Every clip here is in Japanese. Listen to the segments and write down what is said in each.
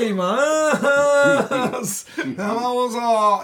います生放送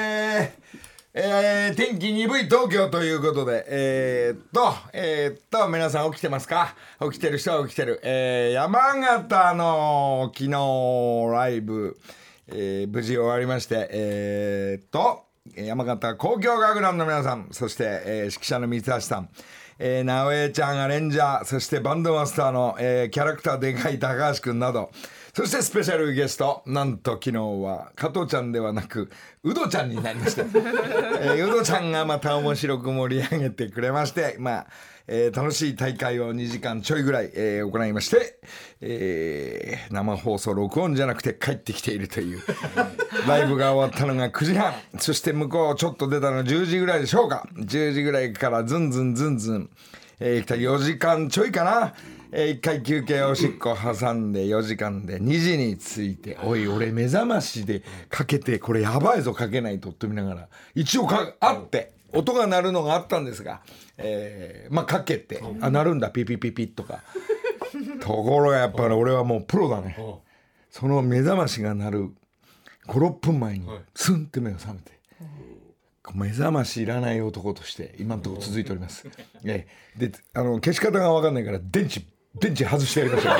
天気鈍い東京ということで皆さん起きてますか？起きてる人は起きてる、山形の昨日ライブ、無事終わりまして山形交響楽団の皆さん、そして、指揮者の三橋さん、直江ちゃんアレンジャー、そしてバンドマスターの、キャラクターでかい高橋くんなど、そしてスペシャルゲスト、なんと昨日は加藤ちゃんではなくウドちゃんになりました、ウドちゃんがまた面白く盛り上げてくれまして、楽しい大会を2時間ちょいぐらい、行いまして、生放送録音じゃなくて帰ってきているというライブが終わったのが9時半、そして向こうちょっと出たの10時ぐらいでしょうか。10時ぐらいからズンズン来た4時間ちょいかな。1回休憩おしっこ挟んで4時間で2時に着いて、おい俺目覚ましでかけてこれやばいぞかけないとって見ながら一応あって音が鳴るのがあったんですが、かけて鳴るんだピピピピッとかところがやっぱり俺はもうプロだね。その目覚ましが鳴る 5,6 分前にスンって目が覚めて、目覚ましいらない男として今のところ続いております。で消し方が分かんないから電池外してやりました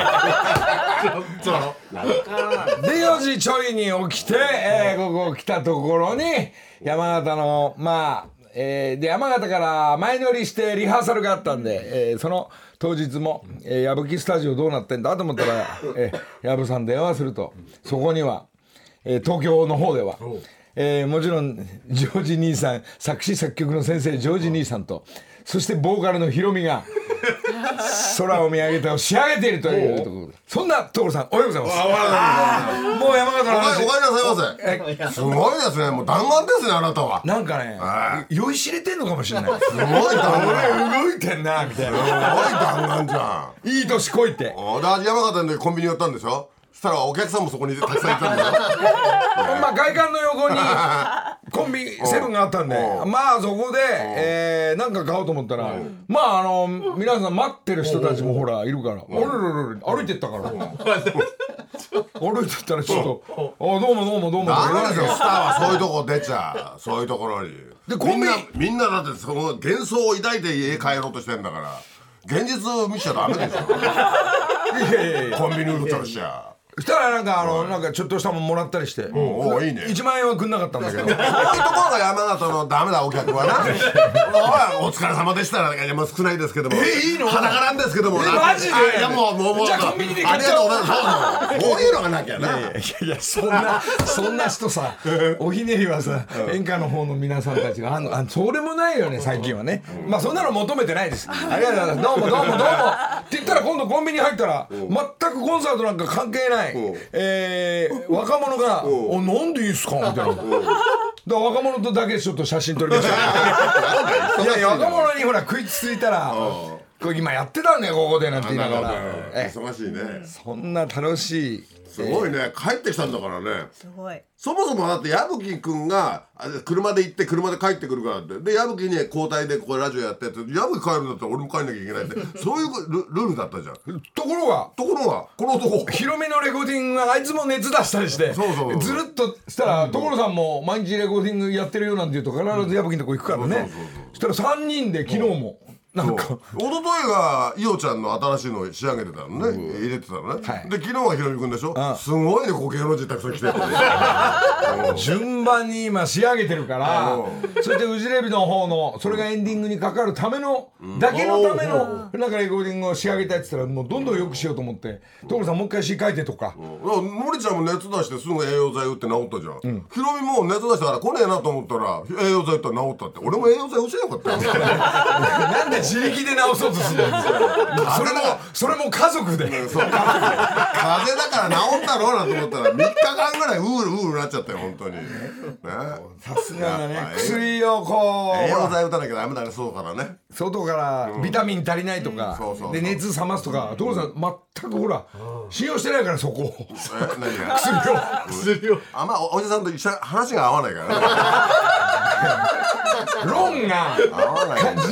で4時ちょいに起きて、ここ来たところに山形ので山形から前乗りしてリハーサルがあったんで、その当日も、矢吹スタジオどうなってんだと思ったら、矢吹さん電話するとそこには、東京の方ではもちろんジョージ兄さん、作詞作曲の先生ジョージ兄さんと、そしてボーカルのヒロミが空を見上げてを仕上げているというところで、そんな所さんおはようございます。もう山形の話おかえりなさいませ。すごいですね、もう弾丸ですねあなたは。 なんかね酔いしれてんのかもしれない。 すごい弾丸、 俺動いてんなみたいな、 すごい弾丸じゃん。 いい年こいて。 で山形でコンビニ寄ったんでしょ。そしたらお客さんもそこにたくさんいたんだよ外観の横にコンビセブンがあったんで、そこで、なんか買おうと思ったら、皆さん待ってる人たちもほらいるから、歩いてったから歩いてったらちょっとどうもダメですよ、スターはそういうとこ出ちゃう、そういうところにでみんなだってその幻想を抱いて家帰ろうとしてんだから、現実見ちゃダメでしょコンビニ売るとしちゃ。 そしたらなんかちょっとしたもんもらったりして、いいね、1万円はくんなかったんだけどそういうところが山形のダメだお客はなお疲れ様でしたら少ないですけども、 いいの裸なんですけども、 マジでいやもうじゃあコンビニで買っちゃおう。 ありがとうございます。こういうのがなきゃな。 いやそんな人さおひねりはさ演歌の方の皆さんたちがそれもないよね最近はね。そんなの求めてないです。ありがとうございます。どうもって言ったら今度コンビニ入ったら全くコンサートなんか関係ない若者がなんでいいっすかみたいな。若者とだけちょっと写真撮りました。いや若者にほら食いついたらこれ今やってたんだよここでなんて言いながら忙しいね。 そんな楽しいすごいね、帰ってきたんだからね。 すごい。 そもそもだって矢吹くんが車で行って車で帰ってくるからって、で矢吹に交代でこうラジオやってって矢吹帰るんだったら俺も帰んなきゃいけないってそういうルールだったじゃん。 ところがこの男ヒロミのレコーディングがあいつも熱出したりしてそうずるっとしたら所さんも毎日レコーディングやってるよなんて言うと必ず矢吹のとこ行くからね。そしたら3人で昨日もなんか一昨日が伊代ちゃんの新しいの仕上げてたのね、入れてたのね、で昨日はひろみくんでしょ。すごいね、こう芸能人たくさん来てる順番に今仕上げてるからそしてフジレビの方のそれがエンディングにかかるためのだけのためのなんかレコーディングを仕上げたやつったらもうどんどんよくしようと思って所さんもう一回詩書いてとかのりちゃんも熱出してすぐ栄養剤打って治ったじゃん、ひろみも熱出したから来ねえなと思ったら栄養剤打ったら治ったって。俺も栄養剤打ちゃよかったよなんで自力で治そうとするんですか。それも家族で風邪だから治ったろうなと思ったら3日間ぐらいうーるなっちゃったよ本当にね。 さすがだね。薬をこう栄養剤打たなきゃダメだね、外からね。 外からビタミン足りないとかで熱冷ますとか所さん全くほら信用してないからそこ何が薬をあんまおじさんと話が合わないからね論が自分の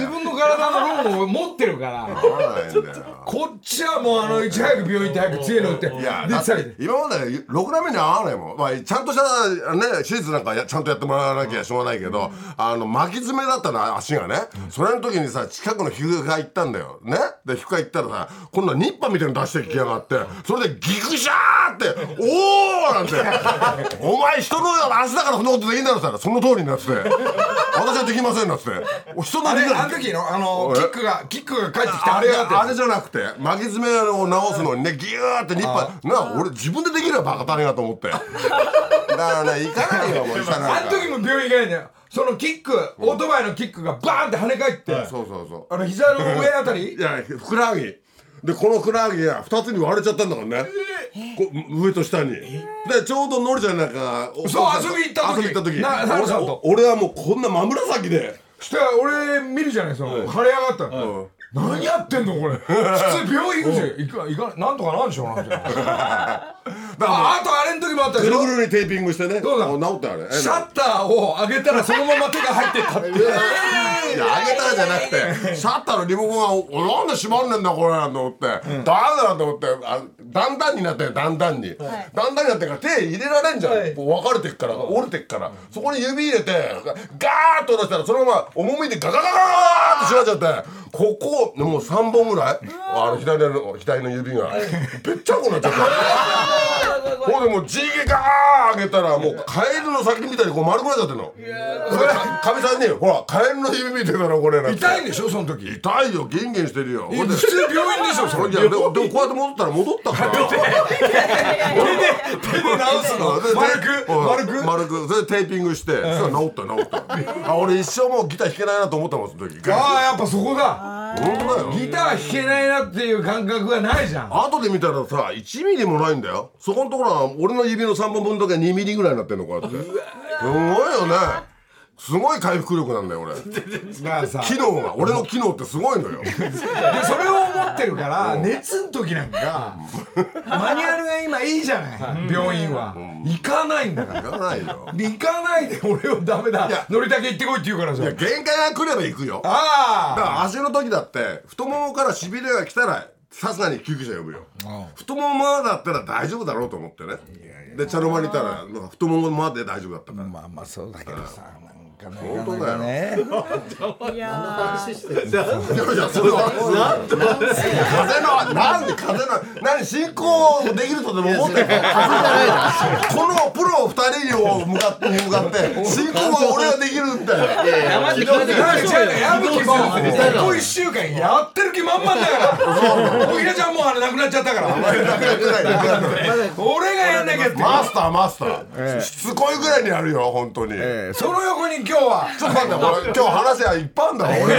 体のローンを持ってるからこっちはもういち早く病院行って早く杖打って今までろくな目に合わないもん、まあ、ちゃんとしたね手術なんかちゃんとやってもらわなきゃしょうがないけど、巻き爪だったの足がね、それの時にさ近くの皮膚科行ったんだよね。で皮膚科行ったらさ今度はニッパみたいなの出してきやがって、それでギクシャーって「おー!」なんて「お前人の足だからそんなことできんだろ」って言ったら「その通りになってて私はできません」なって人のあの時のキックが帰ってきてあれじゃなくて巻き爪を直すのにねギューってニッパ俺自分でできればバカたねがと思ってだからね行かないよもうあの時も病院行かないんだよ。そのキックオートバイのキックがバーンって跳ね返ってそう膝の上あたりいやふくらはぎでこのふくらはぎが2つに割れちゃったんだからね、上と下にでちょうどのりちゃんなんかそう遊び行った時俺はもうこんな真紫でして俺見るじゃないですか腫れ上がったの何やってんのこれ普通病院行かなんとかなんでしょうなんてあとあれの時もあったでしょ。 ぐるぐるにテーピングしてね治ってあれシャッターを上げたらそのまま手が入ってったっていや上げたらじゃなくてシャッターのリモコンがなんで閉まんねんだこれなんて思ってダメだと思ってだんだんになってだんだんになってから手入れられんじゃん分かれてっから折れてっからそこに指入れてガーッと出したらそのまま重みでガガガガガーッと閉まっちゃってここもう3本ぐらい左の指がぺっちゃこになっちゃったほんでもう地毛ガーッ上げたらもうカエルの先みたいにこう丸くなっちゃってんのかみさんにほらカエルの指見てたらこれなんて痛いんでしょその時。 痛いよギンギンしてるよ普通病院でしょそれ。 でもこうやって戻ったから手で直すの丸くそれでテーピングしてそしたら治った俺一生もうギター弾けないなと思ったもんその時。 やっぱそこだ。 本当だよ。 ギター弾けないなっていう感覚がないじゃん。 後で見たらさ1ミリもないんだよ。そこのところは俺の指の3本分の時は2ミリぐらいになってんのこうやって。すごいよね。すごい回復力なんだよ俺。機能が俺の機能ってすごいのよ。でそれを思ってるから熱の時なんかマニュアルが今いいじゃない病院は。行かないんだから。 行かないよ。 行かないで俺をダメだ乗りたけ行ってこいって言うからさ。 いや限界が来れば行くよ。だから足の時だって太ももからしびれが来たらさすがに救急車呼ぶよ。太ももだったら大丈夫だろうと思ってね。で茶の間にいたら太ももまで大丈夫だったから。 まあそうだけどさ。 本当だよね。 いやそれは風のなんで風の何進行できるとでも思ってるの？このプロ2人に向かって進行は俺はできるんだよ。 矢吹もここ1週間やってる気満々だから小平ちゃんもあれなくなっちゃったから俺がやんなきゃって。 マスターしつこいぐらいにやるよ本当に。 その横に今日はちょっと待って今日話はいっぱいあんだろ俺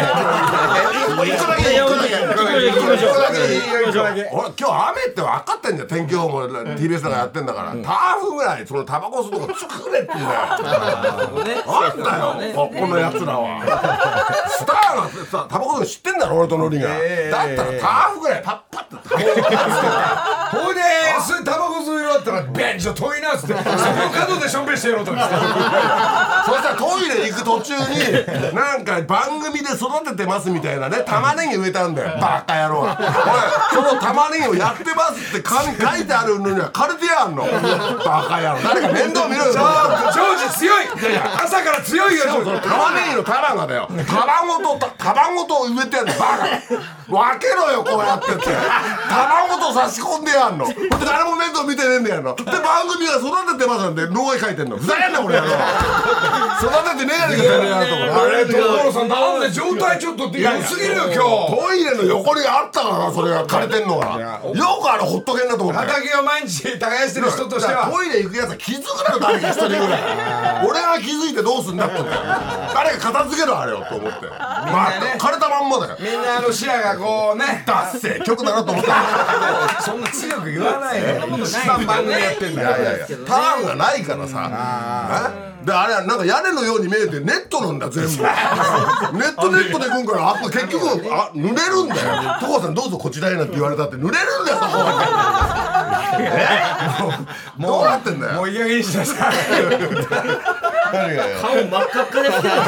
今日雨って分かってんじゃん天気予報も TBS とかやってんだからターフぐらいそのタバコ吸うとこ作れって言うんだよ。なんだよこのやつらはスターがさタバコ吸うの知ってんだろ俺とノリが。だったらターフぐらいパッパッとタバコ吸ってほいでタバコ吸うよだったらベンチを遠いなっつってその角でしょんべんしてやろうと思ってそしたらトイレ行く途中になんか番組で育ててますみたいなね玉ねぎ植えたんだよバカ野郎。その玉ねぎをやってますって紙書いてあるのには枯れてやんのバカ野郎。誰か面倒見ろよ。 ジョージ強い朝から強いよ。 その玉ねぎの束がだよ束ごと植えてやんのバカ。分けろよこうやってって束ごと差し込んでやんの。ほんで誰も面倒見てねえんだよの。で番組が育ててますなんて脳へ書いてんの。ふざけんなこれやろ。育ててねえやねんかあれ所さんなんで状態ちょっと良すぎるよ今日。 トイレの横にあったからなそれが枯れてんのが。よくあれほっとけんなと思って。 畑を毎日耕してる人としてはトイレ行くやつは気づくなよ誰か一人ぐらい。俺が気づいてどうすんだって誰か片付けろあれよと思って。枯れたまんまだよ。 みんな視野がこうねダッセー曲だなと思ってそんな強く言わないで一番番組やってんだよ。 ターンがないからさであれはなんか屋根のように見えてネットなんだ全部ネットで行くんから結局濡れるんだよ。所さんどうぞこちらへなんて言われたって濡れるんだよそこどうなってんだよ。 もういい加減にしなさい顔真っ赤っかですけど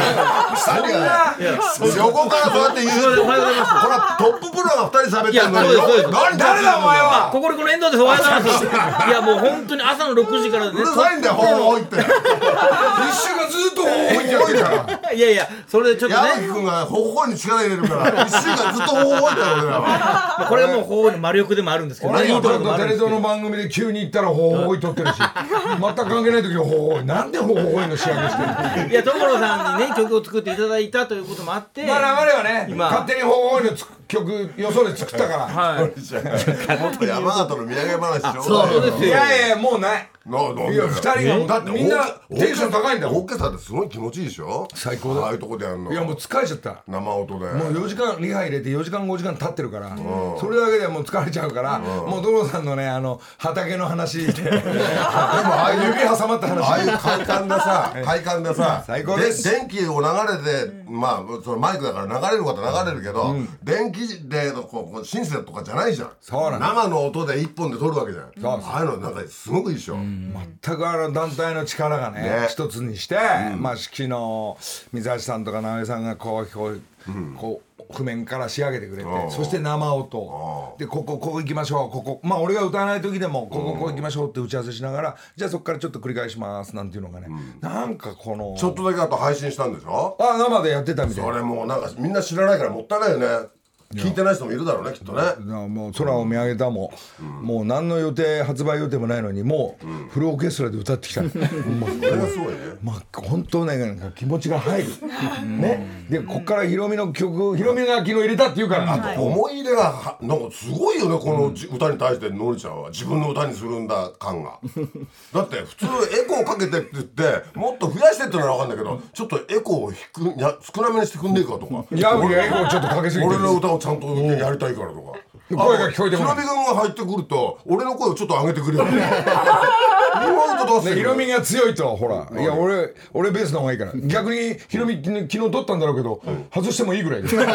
横からそうやって言う。これはトッププロが2人喋ってるのにいやそうです誰だお前は。 ここでこの遠藤です。おはようございます。いやもう本当に朝の6時からね。 うるさいんだよ、ほうって。 一週間ずっとほいってやってるから。 いやいや、それでちょっと矢吹ね、 君がほほに力入れるから1週間ずっとほほいって俺らは。 これはもう法の魔力でもあるんですけどね。 俺もちょっとテレいいところも東の番組で急に行ったらほほい撮ってるし、全く関係ない時はほほい。なんでほほいの仕上げしてるの。 あるいや、所さんにね、曲を作っていただいたということもあって。 まあ我々はね、 今勝手にほほいの曲よそで作ったから。 はい。 もっと山形の土産話しよそうですよ。 いやいやもうない。 なんでいや二人がだってみんなテンション高いんだもん。 オーケストラってすごい気持ちいいでしょ。 最高だ。 ああいうとこでやるの。 いやもう疲れちゃった。 生音で。 もう4時間リハ入れて4時間5時間経ってるから、それだけでもう疲れちゃうから、もう所さんのね畑の話ででもああいう指挟まった話、 ああいう快感でさ最高です。 電気を流れて、まあそのマイクだから流れることは流れるけど、電気でこうシンセとかじゃないじゃん。 そうなの。 生の音で一本で撮るわけじゃん。ああいうのなんかすごくいいでしょ。 全く団体の力がね一つにして、まあ式の水橋さんとか直江さんがこう譜面から仕上げてくれて、そして生音でここ行きましょう、ここまあ俺が歌わない時でもここ行きましょうって打ち合わせしながら、じゃあそこからちょっと繰り返しますなんていうのがね、なんかこのちょっとだけあと配信したんでしょ。 生でやってたみたいな。 それもうなんかみんな知らないからもったいないよね。聞いてない人もいるだろうねきっとね。 もう空を見上げたももう何の発売予定もないのにもうフルオーケストラで歌ってきた。 これがすごいね。 まあ本当ねなんか気持ちが入るね。でこっからヒロミの曲、ヒロミが昨日入れたって言うから、 思い入れがなんかすごいよね、この歌に対してのりちゃんは自分の歌にするんだ感が。だって普通エコーかけてって言ってもっと増やしてってのは分かんないけど、ちょっとエコーを少なめにしてくんねえかとか。 いやエコーちょっとかけすぎてる。 俺の歌をちゃんとやりたいからとか。 声が聞こえてこない。 ヒロミ君が入ってくると俺の声をちょっと上げてくれる。 ヒロミが強いとほら、いや俺ベースの方がいいから、逆にヒロミ昨日取ったんだろうけど外してもいいぐらいで。 なん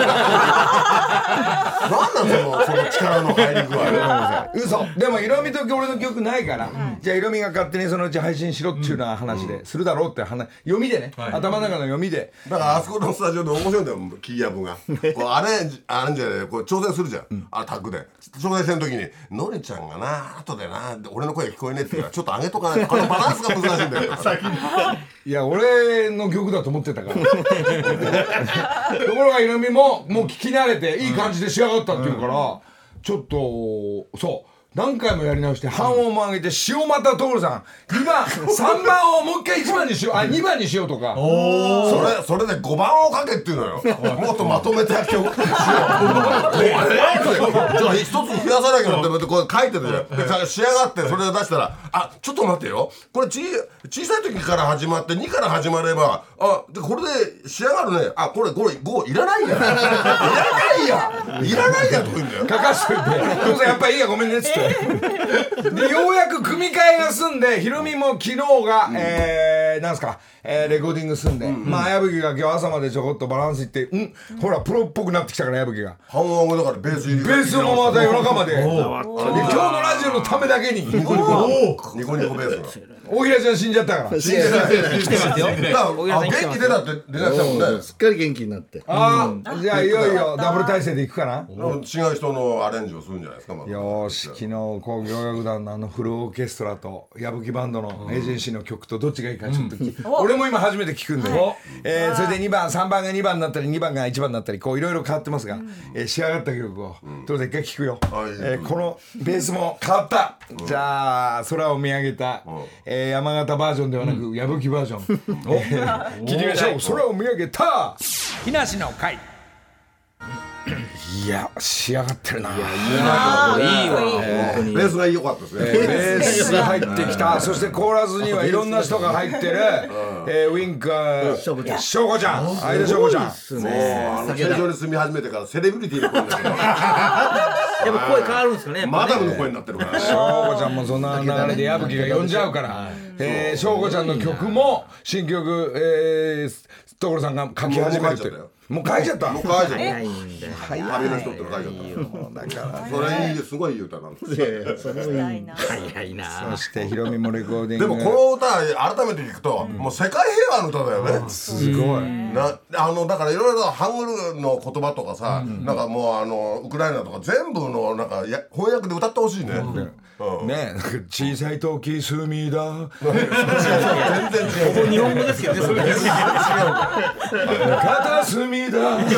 なんその力の入り具合。 嘘。でもヒロミと俺の曲ないから、じゃあヒロミが勝手にそのうち配信しろっていうような話でするだろうって話、読みでね、頭の中の読みで。 だからあそこのスタジオで面白いんだよ、キーヤブがこうあれじゃね、こう挑戦するじゃん、あタッグで挑戦してる時にのりちゃんがな後でな俺の声聞こえねえって言うからちょっと上げとかないと、このバランスが難しいんだよ。 いや俺の曲だと思ってたからところがヒロミももう聞き慣れていい感じで仕上がったっていうから、ちょっとそう何回もやり直して半音も上げて塩又徹さん2番3番をもう一回1番にしよう2番にしようとか、 それで5番をかけっていうのよ。もっとまとめた曲しよう。じゃあ一つ増やさなきゃってこれ書いてるじゃん。で仕上がってそれで出したらちょっと待ってよ、これ小さい時から始まって2から始まればでこれで仕上がるね。これ5いらないやいらないやとか言うんだよ。 書かしといて「どうせやっぱりいいやごめんね」っつってでようやく組み替えが済んで、ヒロミも昨日がなんすかレコーディング済んで、まあ矢吹が今日朝までちょこっとバランスいってほらプロっぽくなってきたから矢吹が半音だからベース入りベースもまた夜中まで今日のラジオのためだけにニコニコベースが大平ちゃん死んじゃったから来てますよ。 元気出たって連絡したもんね。 すっかり元気になって。 じゃあいよいよダブル体制でいくかな。 違う人のアレンジをするんじゃないですか。 よし、昨日交響楽団のフルオーケストラと矢吹バンドのエージェンシーの曲とどっちがいいかちょっと俺も今初めて聞くんで、それで2番3番が2番になったり2番が1番になったりこういろいろ変わってますが、仕上がった曲をどうぞ一回聞くよ。このベースも変わった。じゃあ空を見上げた山形バージョンではなく矢吹バージョン聞いてみましょう。空を見上げた木梨の会。いや仕上がってるな。いいわベースが良かったですね。 ベース入ってきた。そしてコーラスにはいろんな人が入ってるウィンク翔子ちゃん相田翔子ちゃん成城に住み始めてからセレブリティの声になってる。 やっぱ声変わるんですかね。 マダムの声になってるから。 翔子ちゃんもそんな流れで矢吹が呼んじゃうから翔子ちゃんの曲も新曲所さんが書き始めるという。 もう書いちゃった。 もう書いちゃった。 早いんだよ。 旅の人って書いちゃった。 だからそれいいすごいいい歌なんですよ。 早いな。 そしてヒロミもレコーディング。 でもこの歌改めて聞くともう世界平和の歌だよね。 すごい。 だからいろいろハングルの言葉とかさ、なんかもうウクライナとか全部のなんか翻訳で歌ってほしいね。 ね、小さい時隅田。 全然違う。 日本語ですよね。それ。 片隅田。 違う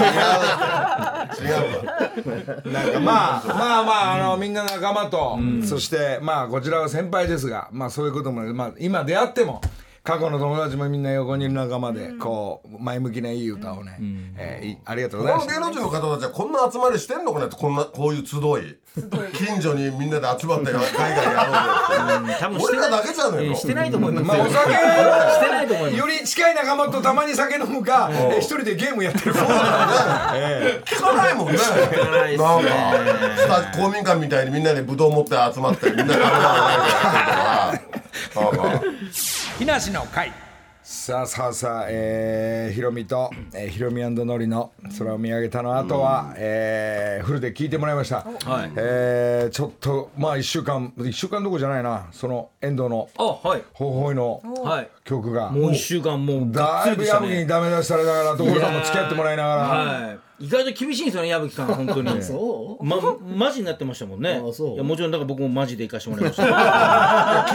なんかまあみんな仲間と、そしてまあこちらは先輩ですが、まあそういうこともまあ今出会っても。過去の友達もみんな横にいる仲間でこう前向きないい歌をね、ありがとうございます。 この芸能人の方たちはこんな集まりしてんのかねって、こういう集い近所にみんなで集まって海外やろうよって。俺らだけじゃねえの。 してないと思います。 まあお酒してないと思います。 より近い仲間とたまに酒飲むか一人でゲームやってるか。 聞かないもんね。なんか公民館みたいにみんなでブドウ持って集まってみんなで食べながらやってるとか。 木梨の会。さあヒロミと、ヒロミ&ノリの空を見上げたの後は、フルで聞いてもらいました。ちょっとまあ1週間どころじゃないな、その遠藤のほほほいの曲がもう1週間もうだいぶ矢吹にダメ出しされながら、所さんも付き合ってもらいながら、 意外と厳しいんですよね、矢吹さん本当に。マジになってましたもんね。いやもちろんだから僕もマジで行かしてもらいました。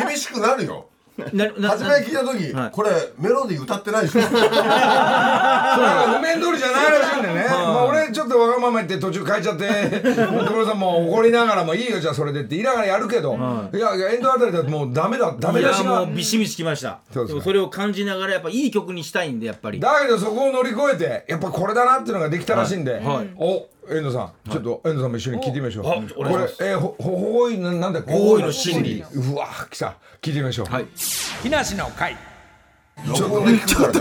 厳しくなるよ。初め聞いた時、これメロディー歌ってないでしょ。そう譜面通りじゃないらしいんでね。まあ俺ちょっとわがまま言って途中変えちゃって、所さんも怒りながらもいいよじゃあそれでって言いながらやるけど、いやエンドあたりだともうダメだしが。 いやもうビシビシきました。でもそれを感じながらやっぱいい曲にしたいんでやっぱり。 だけどそこを乗り越えてやっぱこれだなっていうのができたらしいんで、お遠藤さん、ちょっと遠藤さんも一緒に聞いてみましょう。これほほいなんだっけ、 ほほいの真理。 うわ来た、聞いてみましょう。木梨の会。 ちょっと待って、 ちょっと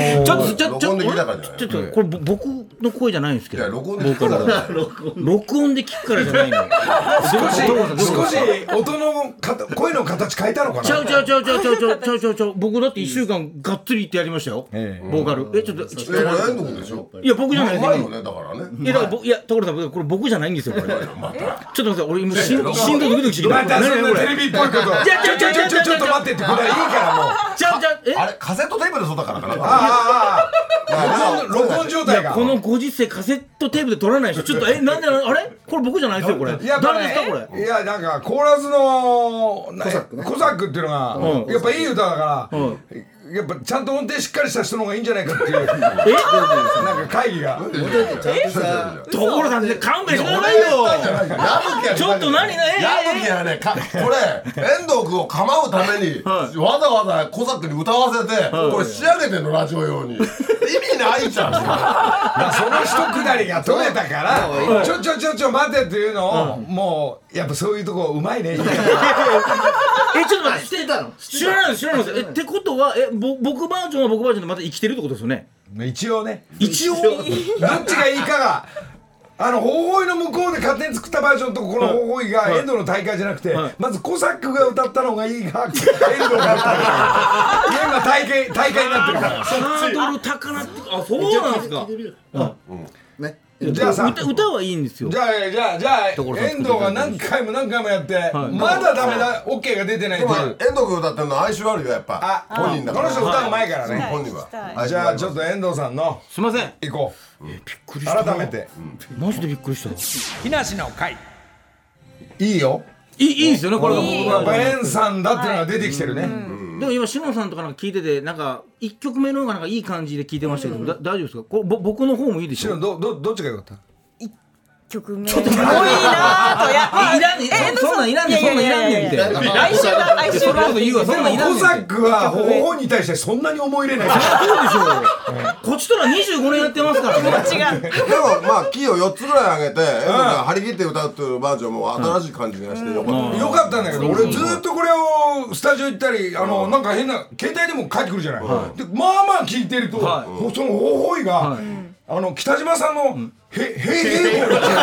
これ僕の声じゃないんですけど。 録音で聞くから。 録音で聞くからじゃないの。 少し音の声の形変えたのかな。 ちゃう僕だって1週間がっつり言ってやりましたよ。ボーカル。ちょっと遠藤君でしょ。 いや僕じゃないですよ。 だからね。 いや所さんこれ僕じゃないんですよこれ。ちょっと待って俺今心臓ドキドキしてきた。 またそんなテレビっぽいこと。ちょっと待ってってこれいいからもう。 あれカセットテープでそうだからかな。 録音状態が。 このご時世カセットテープで撮らないでしょ。ちょっとなんであれこれ僕じゃないですよこれ。誰ですかこれ。 いやなんかコーラスのコサックっていうのがやっぱいい歌だからやっぱちゃんと音程しっかりした人の方がいいんじゃないかっていうなんか会議が。 所さんで勘弁してくださいよ。ちょっと何矢吹はねこれ遠藤君を構うためにわざわざコサックに歌わせてこれ仕上げてんのラジオ用に。意味ないじゃん。 その一くだりが取れたからちょ待てっていうのをもうやっぱそういうとこうまいね。 ちょっと待って知らないですってことは僕バージョンは僕バージョンでまた生きてるってことですよね。 一応ね。 どっちがいいかがほほいの向こうで勝手に作ったバージョンとこのほほいが遠藤の大会じゃなくてまずコサックが歌ったのがいいか遠藤が歌ったのが今大会になってるから。 ハードル高なってそうなんですか。 じゃあさ歌はいいんですよ。 じゃあ遠藤が何回もやってまだダメだ OK が出てないっていう。 遠藤君歌ってるの相性あるよやっぱ。本人だから。 この人歌う前からね。 本人は。 じゃあちょっと遠藤さんのすいません行こう。 びっくりした。 改めてマジでびっくりした。 木梨の会。いいよ。 いいですよねこれが。 やっぱ遠さんだっていうのが出てきてるね。 でも今シノさんとかなんか聞いててなんか1曲目の方がなんかいい感じで聞いてましたけど大丈夫ですか。これ僕の方もいいでしょ。 シノどっちが良かった。 曲名。ちょっと多いなと。 いらんねん。そんなんいらんねん。そんなんいらんねんって。来週が言うわ。そんなんいらんねん。 コサックはほほに対してそんなに思い入れない。 そうでしょ。こっちとら25年やってますからね。 気持ちが。 でもまあキーを4つぐらい上げて張り切って歌うっていうバージョンも新しい感じがしてよかった。 よかったんだけど俺ずっとこれをスタジオ行ったりなんか変な携帯でも帰ってくるじゃない。でまあ聞いてるとそのほほいが北島さんのへいへい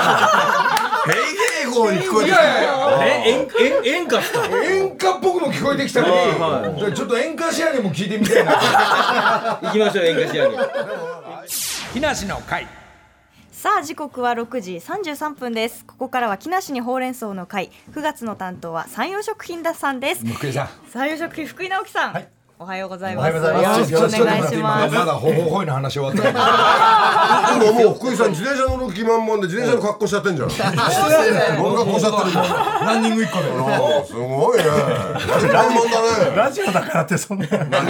号に聞こえてきた。演歌っすか。 演歌っぽくも聞こえてきたりちょっと演歌仕上げも聞いてみたいな。 行きましょう演歌仕上げ。 木梨の会。 さあ時刻は6時33分です。ここからは木梨にほうれん草の会。9月の担当は山陽食品さんです。 福井さん。 山陽食品福井直樹さん、はい、おはようございます。 よろしくお願いします。 まだほほほいの話終わってない。 でももう福井さん自転車乗る気満々で自転車の格好しちゃってんじゃん。乗る格好しちゃってる。 ランニング1個で。 すごいね。満々だね。 ラジオだからってそんな。 もうヘルメ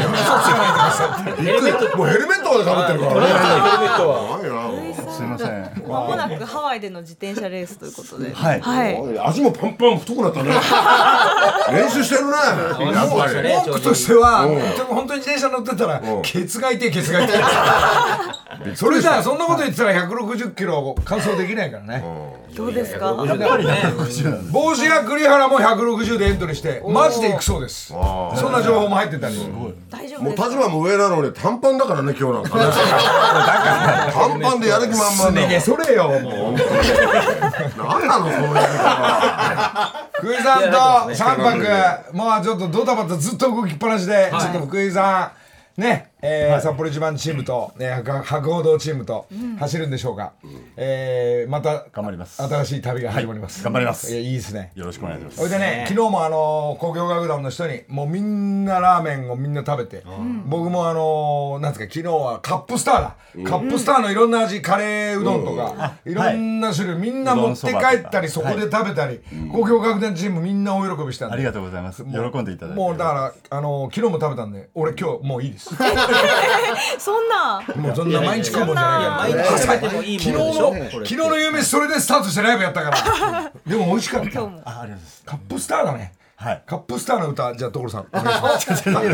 ットまでかぶってるからね。 すみません。 まもなくハワイでの自転車レースということで、 はい。 足もパンパン太くなったね。練習してるね。やっぱり。 僕としては本当に自転車乗ってたらケツが痛いケツが痛い。それじゃあそんなこと言ってたら160キロ完走できないからね。 どうですか。 やっぱりね。 帽子や栗原も160でエントリーしてマジで行くそうです。そんな情報も入ってたり。 大丈夫もうですか。 立場も上なのに短パンだからね今日なんかね。短パンでやる気満々だよ。 それよもう。 何なのそのやり方。 福井さんと3泊もうちょっとドタバタずっと動きっぱなしで、ちょっと福井さんね、札幌一番チームと博報堂チームと走るんでしょうか。また頑張ります。 新しい旅が始まります。 頑張ります。 いいですね。 よろしくお願いします。 それでね、昨日も交響楽団の人にもうみんなラーメンをみんな食べて、僕もなんですか、昨日はカップスターだ、カップスターのいろんな味、カレーうどんとかいろんな種類みんな持って帰ったりそこで食べたり、交響楽団チームみんな大喜びしたんで。 ありがとうございます。喜んでいただいて。 もうだから昨日も食べたんで、俺今日もういいです。 そんなもうそんな毎日食うもんじゃないから。 毎日食べてもいいものでしょ。 昨日の夕飯それでスタートしてライブやったからでも美味しかった。 今日もありがとうございます。 カップスターだね。 はい。 カップスターの歌、じゃあ所さんお願いします。 それは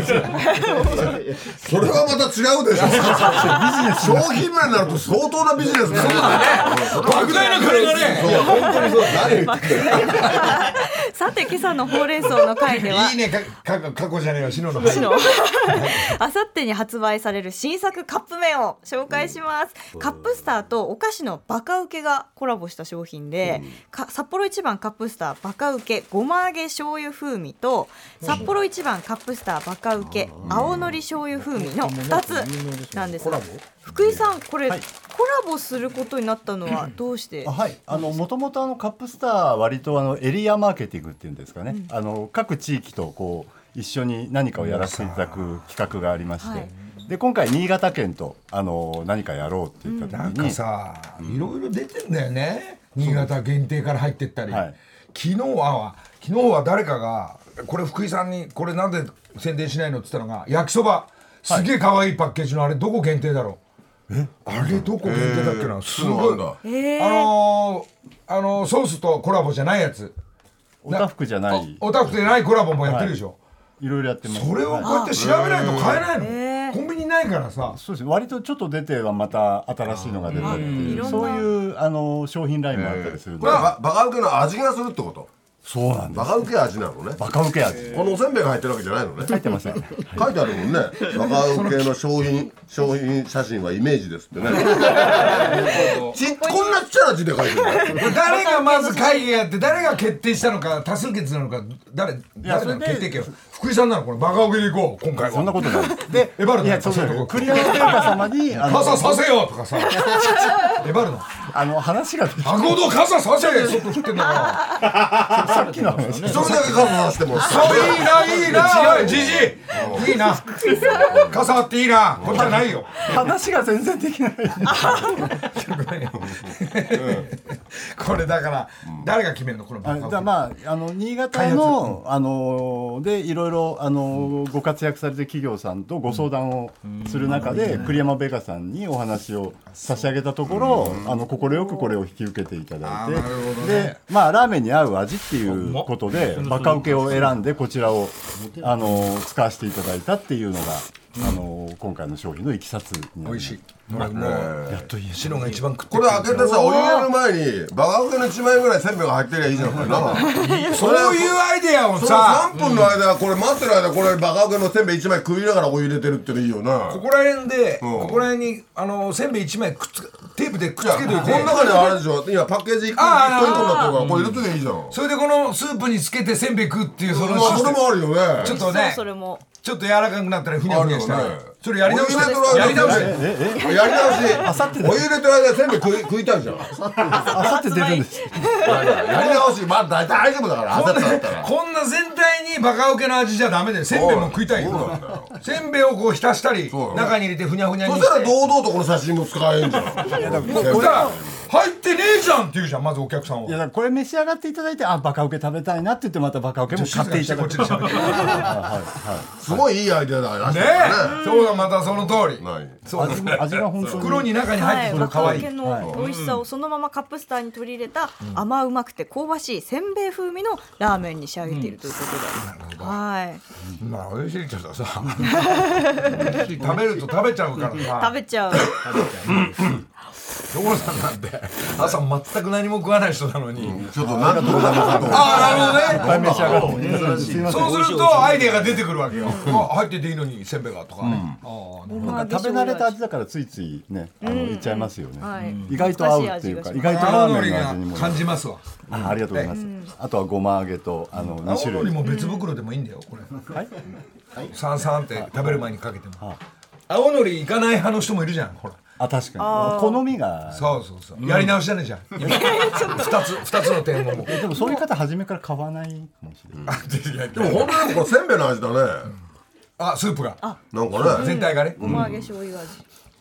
また違うでしょ。商品名になると相当なビジネスだね。 莫大な金がね。 本当にそう。何言ってる。 さて今朝のほうれん草の会ではいいね、過去じゃねえよ、篠のあさってに発売される新作カップ麺を紹介します。カップスターとお菓子のバカウケがコラボした商品で、札幌一番カップスターバカウケごま揚げ醤油風味と札幌一番カップスターバカウケ青のり醤油風味の2つなんですが、福井さんこれ、コラボすることになったのはどうして。 はい。もともとカップスターは割とエリアマーケティングっていうんですかね。各地域とこう一緒に何かをやらせていただく企画がありまして、で今回新潟県と何かやろうって言った時に、 なんかさ、いろいろ出てんだよね。新潟限定から入ってったり。昨日は誰かがこれ福井さんにこれなんで宣伝しないのって言ったのが、焼きそばすげえ可愛いパッケージのあれどこ限定だろう。あれどこ限定だっけな。すごい。ソースとコラボじゃないやつ。 おたふくじゃない。 おたふくでないコラボもやってるでしょ。 いろいろやってます。 それをこうやって調べないと買えないの。コンビニないからさ。 そうです。割とちょっと出てはまた新しいのが出たりっていう、そういう商品ラインもあったりするんで。 これはバカウケの味がするってこと。 そうなんです。 バカウケ味なのね。 バカウケ味。 このおせんべいが入ってるわけじゃないのね。 入ってません。 書いてあるもんね。バカウケの商品写真はイメージですってね。こんなちっちゃな字で書いてる。 誰がまず会議やって誰が決定したのか、多数決なのか、誰の決定権。福井さんなのこれバカウケでいこう今回は。 そんなことない。でエバルのクリアメーカー様に傘させよとかさ。エバルの話が博報堂傘させ外振ってんだから。 さっきの話。 それだけ傘さしても。 そういいなじじいいいな。傘あっていいな。こっちじゃないよ。 話が全然できない。 これだから誰が決めるのこのバカウケ。 まあ新潟のでいろいろご活躍されてる企業さんとご相談をする中で栗山ベカさんにお話を差し上げたところ、快くこれを引き受けていただいて、でまあラーメンに合う味っていうことでバカウケを選んでこちらを使わせていただいたっていうのが今回の商品のいきさつになります。 美味しい。もうやっといい。シノが一番食ってこれ開けてさ、お湯入れる前にバカウケの1枚ぐらいせんべいが入ってりゃいいじゃんこれな。 そういうアイデアをそのさ、 3分の間これ待ってる間これバカウケのせんべい1枚食いながらお湯入れてるってのいいよな。 ここら辺でここら辺にせんべい1枚テープでくっつけておいて、 この中にあれでしょ。いやパッケージ1個1個になってるからこれ入れときゃいいじゃん。 それでこのスープにつけてせんべい食うっていうそれもあるよね。 ちょっとねそれもちょっと柔らかくなったらふにゃふにゃしたら、それやり直しやり直しお湯入れてる間全部食いたいじゃん。 あさって出るんです。 やり直しまあ大丈夫だからあさってだったらこんな全体にバカウケの味じゃダメでせんべいも食いたいよ。せんべいをこう浸したり中に入れてふにゃふにゃにして、 そしたら堂々とこの写真も使えんじゃん。 これさ入ってねえじゃんって言うじゃんまずお客さんは。 いやだからこれ召し上がっていただいてバカウケ食べたいなって言ってまたバカウケも買っていただく。 すごいいいアイデアだね。そうだまたその通り。 そう味が本当に袋に中に入ってくるバカ可愛い。 ウケの美味しさをそのままカップスターに取り入れた甘うまくて香ばしいせんべい風味のラーメンに仕上げているということで、はい。 まあ美味しいけどさ食べると食べちゃうからさ。 食べちゃう。 所さんなんて朝全く何も食わない人なのに、 ちょっとなんとございます。 なるほどね。 召し上がってすいません。 そうするとアイデアが出てくるわけよ。入ってていいのにせんべいがとかね。 なんか食べ慣れた味だからついついねいっちゃいますよね。意外と合うっていうか意外とラーメンの味にも感じますわ。 ありがとうございます。あとはごま揚げと2種類。 青のりも別袋でもいいんだよこれ。はい。サンサンって食べる前にかけても。青のりいかない派の人もいるじゃんほら。 確かに好みが。 そうやり直しだねじゃあ。2つの点も。 でもそういう方初めから買わないかもしれない。 でも本当にこれせんべいの味だね。 スープがなんかね全体がね。 ごま揚げ醤油味。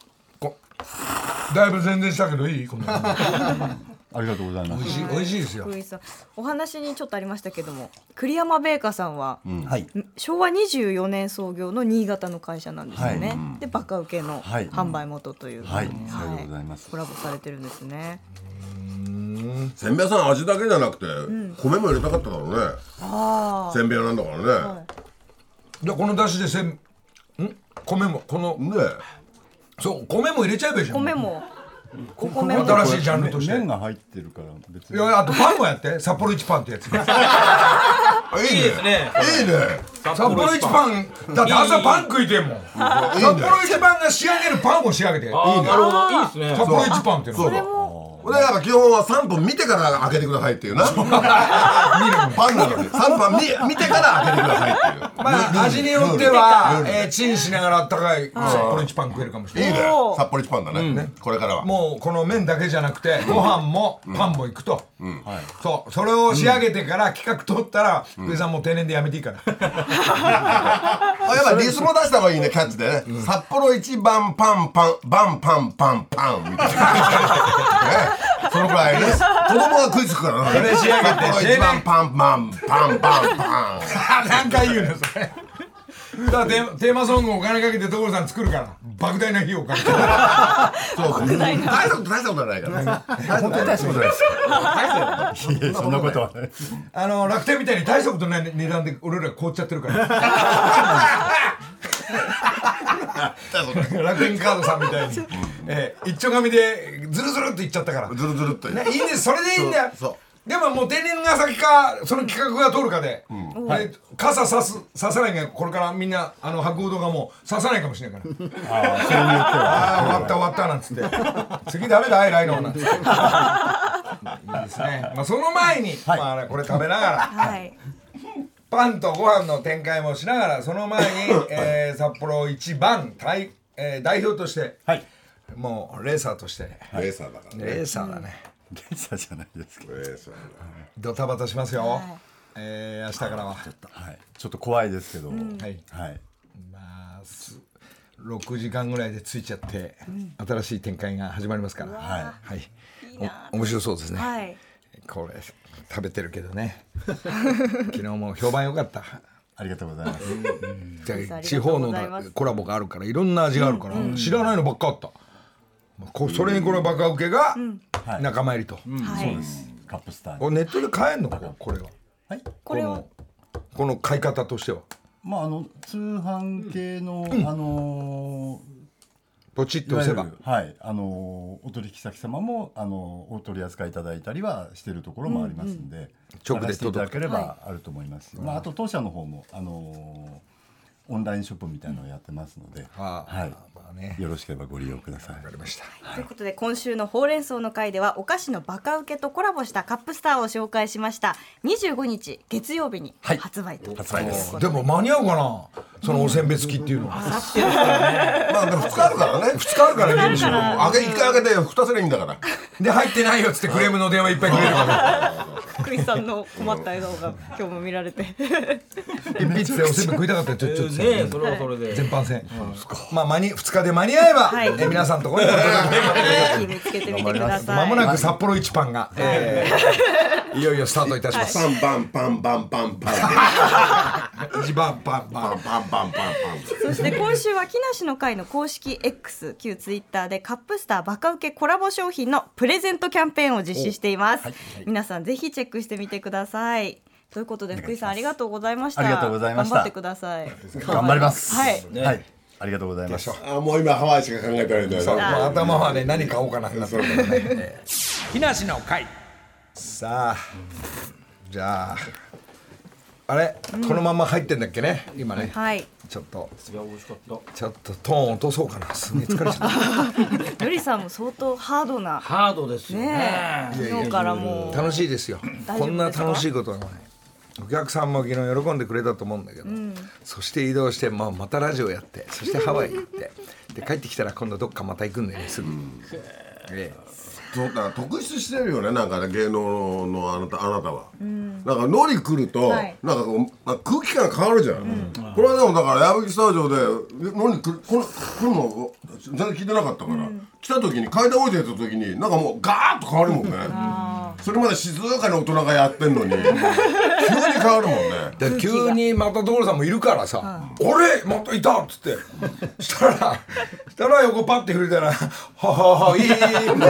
だいぶ全然したけどいいこんな。 ありがとうございます。 美味しいですよ。 お話にちょっとありましたけども栗山米菓さんは、昭和24年創業の新潟の会社なんですよね。でバカウケの販売元というはい、ありがとうございます。 コラボされてるんですね。 せんべい屋さん味だけじゃなくて米も入れたかっただろうね。せんべい屋なんだからね。 じゃあこの出汁で米もこのねそう米も入れちゃえばいいじゃん。 米も新しいジャンルとして。 麺が入ってるから別に。 いやあとパンもやって札幌一パンってやつ。いいですね。 いいね。 札幌一パンだって朝パン食いてんもん。札幌一パンが仕上げるパンを仕上げて。いいね。 なるほどいいですね。 札幌一パンっていうの。 俺やっぱ基本は3分見てから開けてくださいっていうな。パンなのに3分見てから開けてくださいっていう。 まあ味によってはチンしながらあったかい札幌一パン食えるかもしれない。 いいね。札幌一パンだね。これからは。 もうこの麺だけじゃなくてご飯もパンもいくと。そうそれを仕上げてから企画取ったら上さんもう定年でやめていいから。 やっぱリスも出した方がいいねキャッチでね。札幌一番パンパンバンパンパンパンみたいな。そのくらいね。子供が食いつくからな。 それ仕上げて札幌一番パンパンパンパンパン。 何回言うのそれ。だからテーマソングお金かけて所さん作るから莫大な費用かけて。 そう大したことないからね。 本当に大したことないです。いやそんなことはない。 楽天みたいに大したことない値段で俺ら凍っちゃってるから。楽天カードさんみたいに一丁紙でズルズルっていっちゃったから。 ズルズルってね。 いいんですそれでいいんだよ。でももう天然が先かその企画が通るかで、傘ささないがこれからみんな博報堂がもうささないかもしれないから。終わったなんつって次ダメだ偉いのなんつって。いいですね。まあその前にまあこれ食べながらパンとご飯の展開もしながらその前に札幌一番代表としてもうレーサーとしてレーサーだからね。 レーサーだね。 レーサーじゃないですけど。 ドタバタしますよ。明日からは。 ちょっと怖いですけど。はい。 まあ6時間ぐらいで着いちゃって新しい展開が始まりますから。はい。面白そうですね。これ食べてるけどね。昨日も評判良かった。 ありがとうございます。 地方のコラボがあるからいろんな味があるから知らないのばっかあった。それにこのバカウケが仲間入りと。 そうです。カップスター。 ネットで買えんのこれは。 はい。 この買い方としては。 まあ通販系のポチッと押せば。 はい。お取引先様もお取り扱いいただいたりはしているところもありますんで、 直でしていただければあると思います。まああと当社の方もオンラインショップみたいなのをやってますので、はい、よろしければご利用ください。 わかりました。 ということで今週のほうれん草の会ではお菓子のバカウケとコラボしたカップスターを紹介しました。25日月曜日に発売と、 発売です。 でも間に合うかな、そのおせんべい付きっていうのは。 まあでも2日あるからね。 2日あるからいいでしょ。 1回開けて2つでいいんだから。 で入ってないよっつってクレームの電話いっぱいくれるから。 クリスさんの困った笑顔が今日も見られて。 ピッツでおせんべい食いたかったらちょっとね、それはそれで全般戦。まあ2日で間に合えば皆さんところにぜひ見つけてみてください。 まもなく札幌一パンがいよいよスタートいたします。 パンパンパンパンパンパン一番パンパンパンパンパンパン。 そして今週は木梨の会の公式 X 旧ツイッターでカップスターバカウケコラボ商品のプレゼントキャンペーンを実施しています。皆さんぜひチェックしてみてください。ということで福井さんありがとうございました。 ありがとうございました。 頑張ってください。 頑張ります。 はい。 はい。ありがとうございました。 もう今ハワイしか考えてないんだよ。 頭はね何買おうかなってなってるからね。木梨の会。さあじゃああれ、このまま入ってんだっけね今ね。 はい。 ちょっと美味しかった。 ちょっとトーン落とそうかな。すげえ疲れちゃった。 のりさんも相当ハードなハードですよね。 昨日からもう楽しいですよ。こんな楽しいことはない。お客さんも昨日喜んでくれたと思うんだけど、そして移動して、またラジオやって、そしてハワイ行ってで帰ってきたら今度どっかまた行くんだよねすぐ。 そうだ、特筆してるよね、なんかね、芸能のあなたは、なんかノリ来ると、なんかこう空気感変わるじゃん、これはでもだから矢吹スタジオでノリ来るの全然聞いてなかったから、来た時に階段降りてた時になんかもうガーッと変わるもんね。それまで静かに大人がやってんのに急に変わるもんね。 で急にまた所さんもいるからさ「俺またいた!」っつってしたら横パッて振れたら「はははいい」違うよ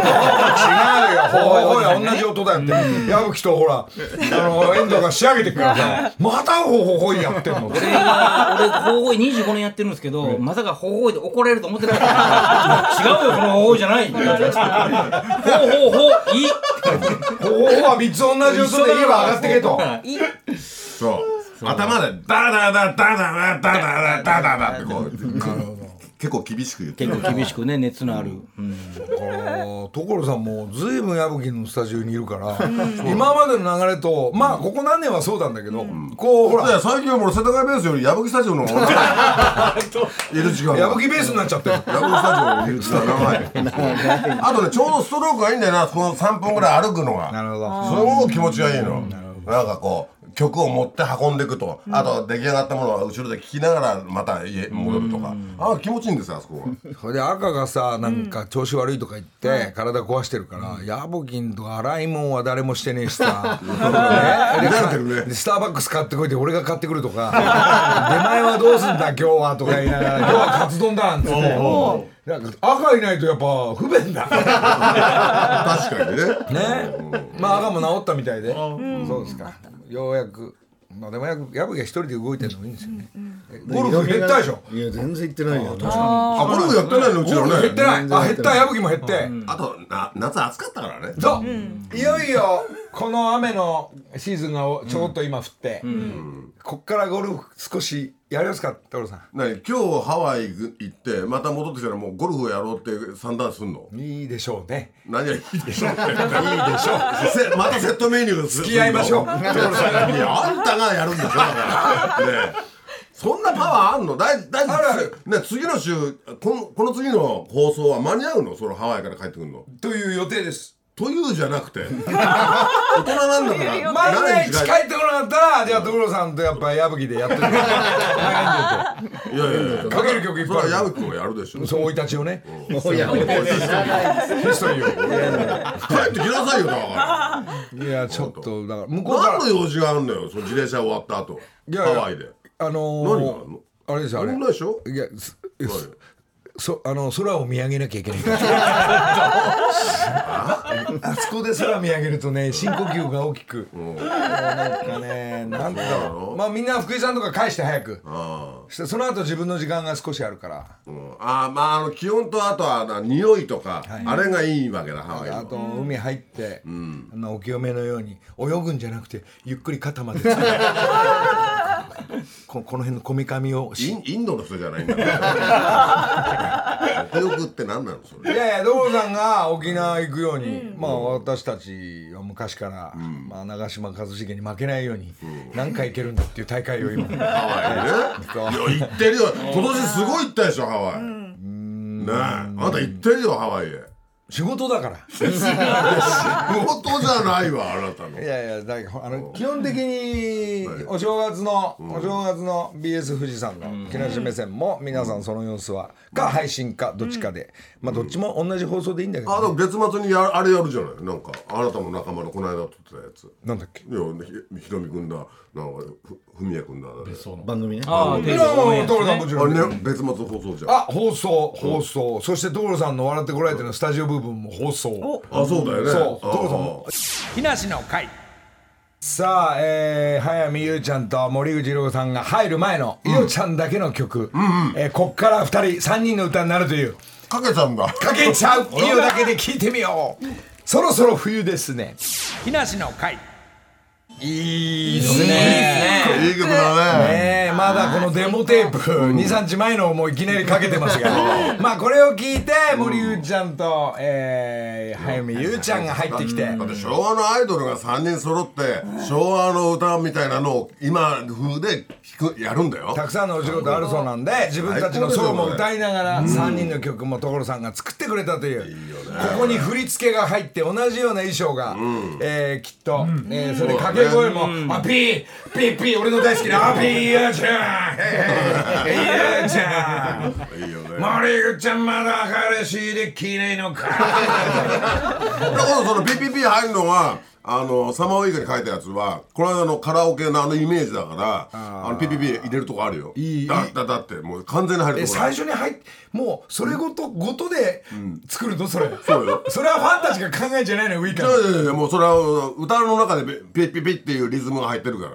「ほほほ」や同じ音だよって矢吹とほら遠藤が仕上げてくからさ「またほほほいやってんの」 俺ほほほい25年やってるんですけど、まさかほほほいで怒られると思ってなかった違うよ、そのほほほいじゃないほほほいほほほは3つ同じ音でいいわ上がってけと。 そう頭でダダダダダダダダダダってこう結構厳しく言って、 結構厳しくね、熱のある。 所さんもずいぶん矢吹のスタジオにいるから今までの流れとまあここ何年はそうなんだけど、こうほら最近はもう世田谷ベースより矢吹スタジオのいる時間矢吹ベースになっちゃってる。 矢吹スタジオにいる時間長い。あとねちょうどストロークがいいんだよな、この3分ぐらい歩くのが。 なるほど。 すごく気持ちがいいの。なんかこう曲を持って運んでいくと、あと出来上がったものは後ろで聴きながらまた家戻るとか、気持ちいいんですよあそこは。 それで赤がさなんか調子悪いとか言って体壊してるから矢吹んと洗い物は誰もしてねえしさスターバックス買ってこいって俺が買ってくるとか出前はどうすんだ今日はとか言いながら今日はカツ丼だなんつってなんか赤いないとやっぱ不便だ。 確かにね。 まあ赤も治ったみたいで、そうですか。ようやく。まあでも矢吹が一人で動いてるのもいいんですよね。ゴルフ減ったでしょ。 いや全然行ってないよ。 ゴルフやってないのうちらね。 減ってない。減った矢吹も減って。 あと夏暑かったからね。 そう。いよいよこの雨のシーズンがちょこっと今降って、こっからゴルフ少しやりますか所さん。 今日ハワイ行ってまた戻ってきたらもうゴルフをやろうって算段すんの。 いいでしょうね。 何がいいでしょう。いいでしょう。またセットメニュー付き合いましょう。 所さんにあんたがやるんでしょだからね。そんなパワーあんの？だいね次の週この次の放送は間に合うの？そのハワイから帰ってくるの？ という予定です。 というじゃなくて大人なんだから万が一帰ってこなかったらじゃあ所さんとやっぱ矢吹でやってる。いやかける曲いっぱいある。 矢吹君はやるでしょ。 そう生い立ちをね。 ヒストリーを帰ってきなさいよだから。 いやちょっとだから向こうから何の用事があるんだよ。その自転車終わった後ハワイで。何があるの？ あれですよあれ。 ないでしょ。 いや空を見上げなきゃいけないからあそこで空見上げるとね深呼吸が大きくなんかねなんだろう、まあみんな福井さんとか返して早くしてその後自分の時間が少しあるから、 気温とあとは匂いとか、あれがいいわけだハワイの。 あと海入って、お清めのように泳ぐんじゃなくてゆっくり肩までつけてこの辺のこめかみをインドの人じゃないんだからよくって何なのそれ。 いやいや所さんが沖縄行くように、まあ私たちは昔から、まあ、長嶋一茂に負けないように、何回行けるんだっていう大会を今ハワイね。いや行ってるよ。今年すごい行ったでしょハワイ。ねえあなた行ってるよハワイへ。 仕事だから仕事じゃないわあなたの。 いやいやだから基本的にお正月の BS 富士山の木梨目線も皆さんその様子はか配信かどっちかで、まあどっちも同じ放送でいいんだけど、ね、 でも月末にあれやるじゃない。なんかあなたの仲間のこの間撮ってたやつなんだっけ。 いやひろみくんだなんか文也くんだ番組ね。 所さんもちろんね別末放送じゃん。 放送そして所さんの笑ってこられてのスタジオ部分も放送。 そうだよね。 そう所さんも木梨の会。さあ、早見優ちゃんと森口博子さんが入る前の伊代ちゃんだけの曲、こっから3人の歌になるというかけちゃうんだ。 かけちゃう伊代だけで聞いてみよう。そろそろ冬ですね。木梨の会いいですね。 いい曲だね。まだこのデモテープ 2,3 日前のもういきなりかけてますがまあこれを聞いて森優ちゃんと早見優ちゃんが入ってきて、 だって昭和のアイドルが3人揃って昭和の歌みたいなのを今風でやるんだよ。 たくさんのお仕事あるそうなんで自分たちのソロも歌いながら3人の曲も所さんが作ってくれたという、ここに振り付けが入って同じような衣装がきっとそれで掛け声もピー俺の大好きなピーユーちゃんユーちゃん森口ちゃんまだ彼氏できないのか。だからそのピピピ入るのはサマーウイカに書いたやつはこの間のカラオケのイメージだからピピピ入れるとこあるよ。だってもう完全に入るとこ最初にもうそれごとで作るとそれそうよ。 それはファンたちが考えんじゃないのウイカ。 いやもうそれは歌の中でピピピっていうリズムが入ってるから。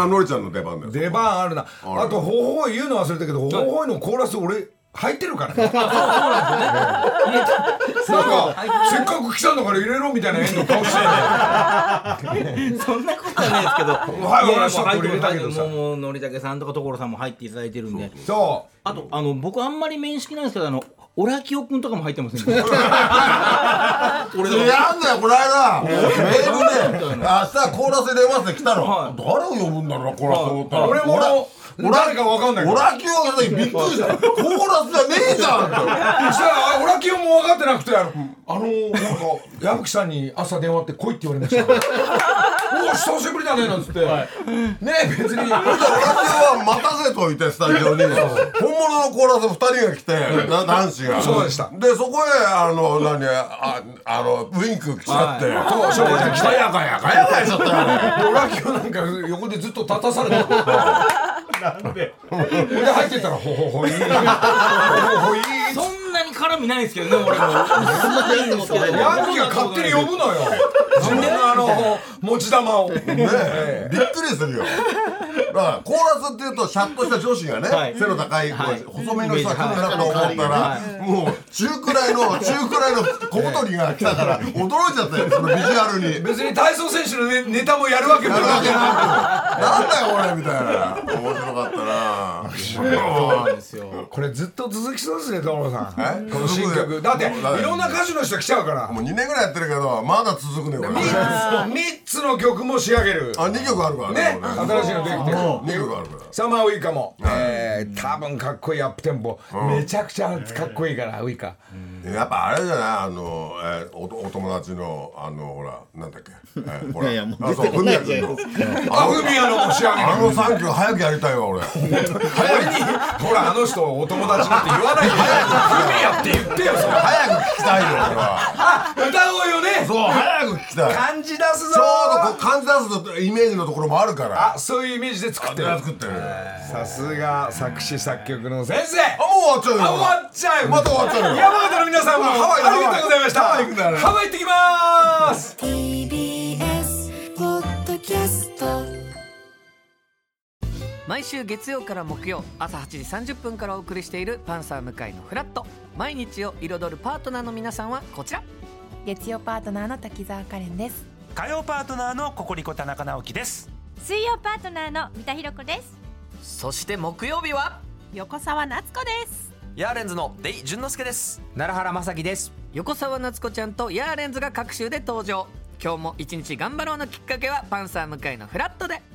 のりちゃんの出番だよ。 出番あるな。あとほほい言うの忘れたけどほほいのコーラス俺入ってるからね。なんかせっかく来たんだから入れろみたいな変な顔してね。そんなことはないですけど。 入れたけどさ。 もうのりたけさんとか所さんも入っていただいてるんで。 そう。 あと僕あんまり面識ないんですけどオラキオくんとかも入ってませんね。 俺なんだよこの間メールで明日コーラス入れますって来たの。誰を呼ぶんだろうなコーラス思ったら。 俺も誰か分かんないけど。 オラキオがびっくりした。コーラスじゃねえじゃんって。 そしたらオラキオも分かってなくてなんか矢吹さんに朝電話って来いって言われました。お久しぶりだねなんつって、ね別にオラキオは待たせといてスタジオに本物のコーラス2人が来て男子がそうでした。 でそこへウインク来ちゃってそう来たやかやしちゃったよ。 オラキオなんか横でずっと立たされてなんで入ってったらほほほいそんなに絡みないですけどね俺も。 ヤンキーが勝手に呼ぶのよ自分の持ち玉を。びっくりするよ。だからコーラスっていうとシャッとした女子がね背の高い細めの人が来るなと思ったらもう中くらいの小太りが来たから驚いちゃったよそのビジュアルに。 別に体操選手のネタもやるわけもなくなんだよ俺みたいな。面白かったな。 そうなんですよ。 これずっと続きそうですね所さん。この新曲だっていろんな歌手の人来ちゃうからもう2年ぐらいやってるけどまだ続くねこれ。 3つの曲も仕上げる。 2曲あるからね新しいのできてる。 2曲あるからサマーウイカも多分かっこいいアップテンポめちゃくちゃかっこいいからウイカ。 やっぱあれじゃないお友達のほらなんだっけほらフミヤ君のフミヤのも仕上げる。 3曲早くやりたいわ俺。 早にほらお友達なんて言わないでフミヤって言ってよ。 早く聞きたいよ俺は。 歌声をね。 そう早く聞きたい。 感じ出すぞ。 ちょうど感じ出すイメージのところもあるから。 そういうイメージで作ってる。さすが作詞作曲の先生。 もう終わっちゃうよ。 また終わっちゃうよ。山形の皆さんもありがとうございました。ハワイ行ってきます。 TBS ポッドキャスト毎週月曜から木曜朝8時30分からお送りしているパンサー向井のフラット。毎日を彩るパートナーの皆さんはこちら。 月曜パートナーの滝沢カレンです。 火曜パートナーのココリコ田中直樹です。 水曜パートナーの三田寛子です。 そして木曜日は横澤夏子です。 ヤーレンズのデイ淳之介です。奈良原正樹です。 横澤夏子ちゃんとヤーレンズが各週で登場。今日も一日頑張ろうのきっかけはパンサー向井のフラットで。